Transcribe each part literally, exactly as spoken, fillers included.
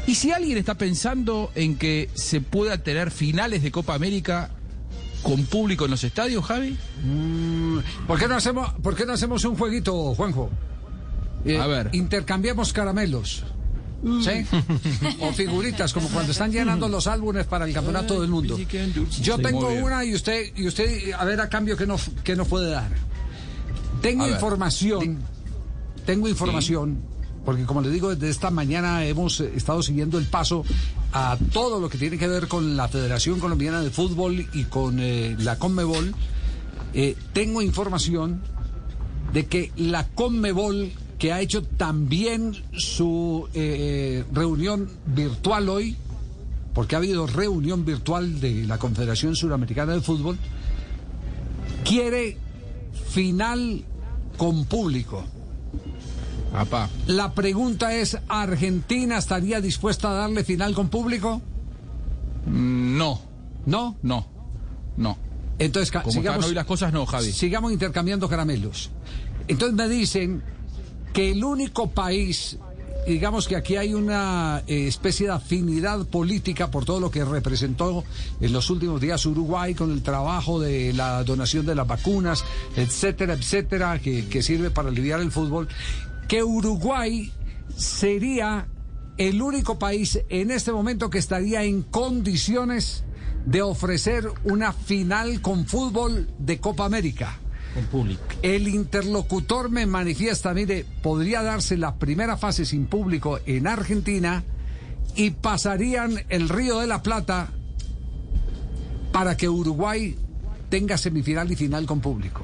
¿Y si alguien está pensando en que se pueda tener finales de Copa América con público en los estadios, Javi? Mm, ¿por qué no hacemos, por qué no hacemos un jueguito, Juanjo? Eh, A ver. Intercambiemos caramelos. ¿Sí? O figuritas, como cuando están llenando los álbumes para el campeonato del mundo. Yo tengo una y usted, y usted, a ver a cambio qué nos, qué nos puede dar. Tengo información, tengo información, porque como le digo, desde esta mañana hemos estado siguiendo el paso a todo lo que tiene que ver con la Federación Colombiana de Fútbol y con eh, la Conmebol. Eh, tengo información de que la Conmebol, que ha hecho también su eh, reunión virtual hoy, porque ha habido reunión virtual de la Confederación Suramericana de Fútbol, quiere final con público. Apá. La pregunta es, ¿Argentina estaría dispuesta a darle final con público? No. ¿No? No. No. Entonces, Como sigamos, están hoy las cosas, no, Javi. Sigamos intercambiando caramelos. Entonces me dicen que el único país, digamos que aquí hay una eh, especie de afinidad política por todo lo que representó en los últimos días Uruguay con el trabajo de la donación de las vacunas, etcétera, etcétera, que, que sirve para aliviar el fútbol, que Uruguay sería el único país en este momento que estaría en condiciones de ofrecer una final con fútbol de Copa América. Con público. El interlocutor me manifiesta, mire, podría darse la primera fase sin público en Argentina y pasarían el Río de la Plata para que Uruguay tenga semifinal y final con público.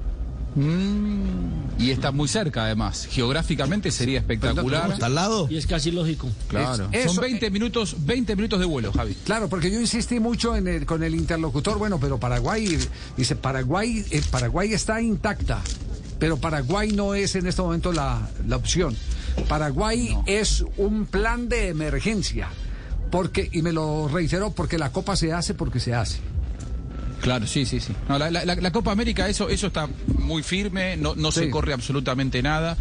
Mm, y está muy cerca, además. Geográficamente sería espectacular. ¿Está al lado? Y es casi lógico. Claro. Es, eso, Son veinte minutos, veinte minutos de vuelo, Javi. Claro, porque yo insistí mucho en el, con el interlocutor, bueno, pero Paraguay, dice, Paraguay, eh, Paraguay está intacta, pero Paraguay no es en este momento la, la opción. Paraguay no. Es un plan de emergencia, porque, y me lo reiteró, porque la Copa se hace porque se hace. Claro, sí, sí, sí. No, la, la, la Copa América, eso, eso está muy firme, no, no sí. se corre absolutamente nada.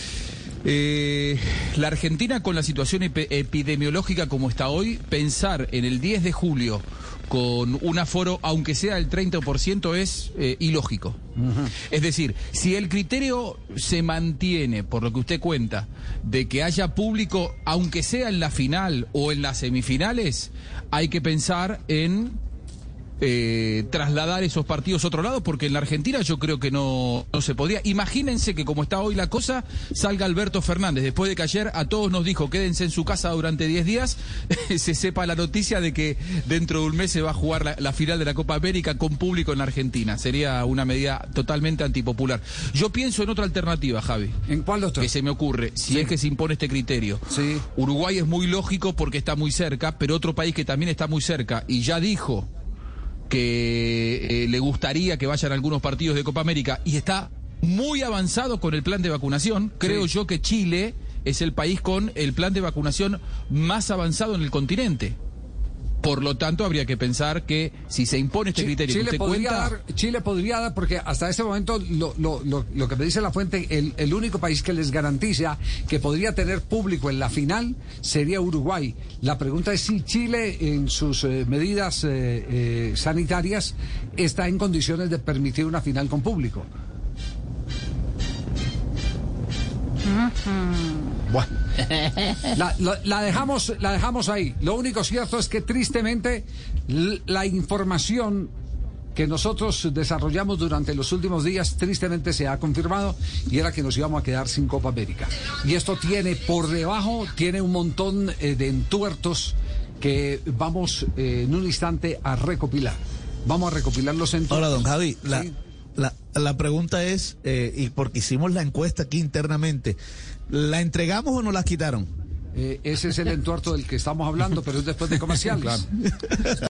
Eh, la Argentina, con la situación ep epidemiológica como está hoy, pensar en el diez de julio con un aforo, aunque sea el treinta por ciento, es eh, ilógico. Uh-huh. Es decir, si el criterio se mantiene, por lo que usted cuenta, de que haya público, aunque sea en la final o en las semifinales, hay que pensar en Eh, trasladar esos partidos a otro lado, porque en la Argentina yo creo que no, no se podría. Imagínense que como está hoy la cosa, salga Alberto Fernández, después de que ayer a todos nos dijo quédense en su casa durante diez días, se sepa la noticia de que dentro de un mes se va a jugar la, la final de la Copa América con público en la Argentina. Sería una medida totalmente antipopular. Yo pienso en otra alternativa, Javi. ¿En cuál otra? Que se me ocurre, si sí. es que se impone este criterio. Sí. Uruguay es muy lógico porque está muy cerca, pero otro país que también está muy cerca y ya dijo que eh, le gustaría que vayan algunos partidos de Copa América y está muy avanzado con el plan de vacunación. Creo sí. yo que Chile es el país con el plan de vacunación más avanzado en el continente. Por lo tanto, habría que pensar que si se impone este criterio Chile que usted podría cuenta... dar, Chile podría dar, porque hasta este momento lo, lo, lo, lo que me dice la fuente, el, el único país que les garantiza que podría tener público en la final sería Uruguay. La pregunta es si Chile, en sus eh, medidas eh, eh, sanitarias, está en condiciones de permitir una final con público. Bueno, la, la, la dejamos, la dejamos ahí. Lo único cierto es que tristemente la información que nosotros desarrollamos durante los últimos días tristemente se ha confirmado y era que nos íbamos a quedar sin Copa América. Y esto tiene por debajo, tiene un montón eh, de entuertos que vamos eh, en un instante a recopilar. Vamos a recopilar los entuertos. Hola, don Javi. La, ¿sí? la, la pregunta es, eh, y porque hicimos la encuesta aquí internamente, ¿la entregamos o no la quitaron? Eh, ese es el entuerto del que estamos hablando, pero es después de comerciales. Claro.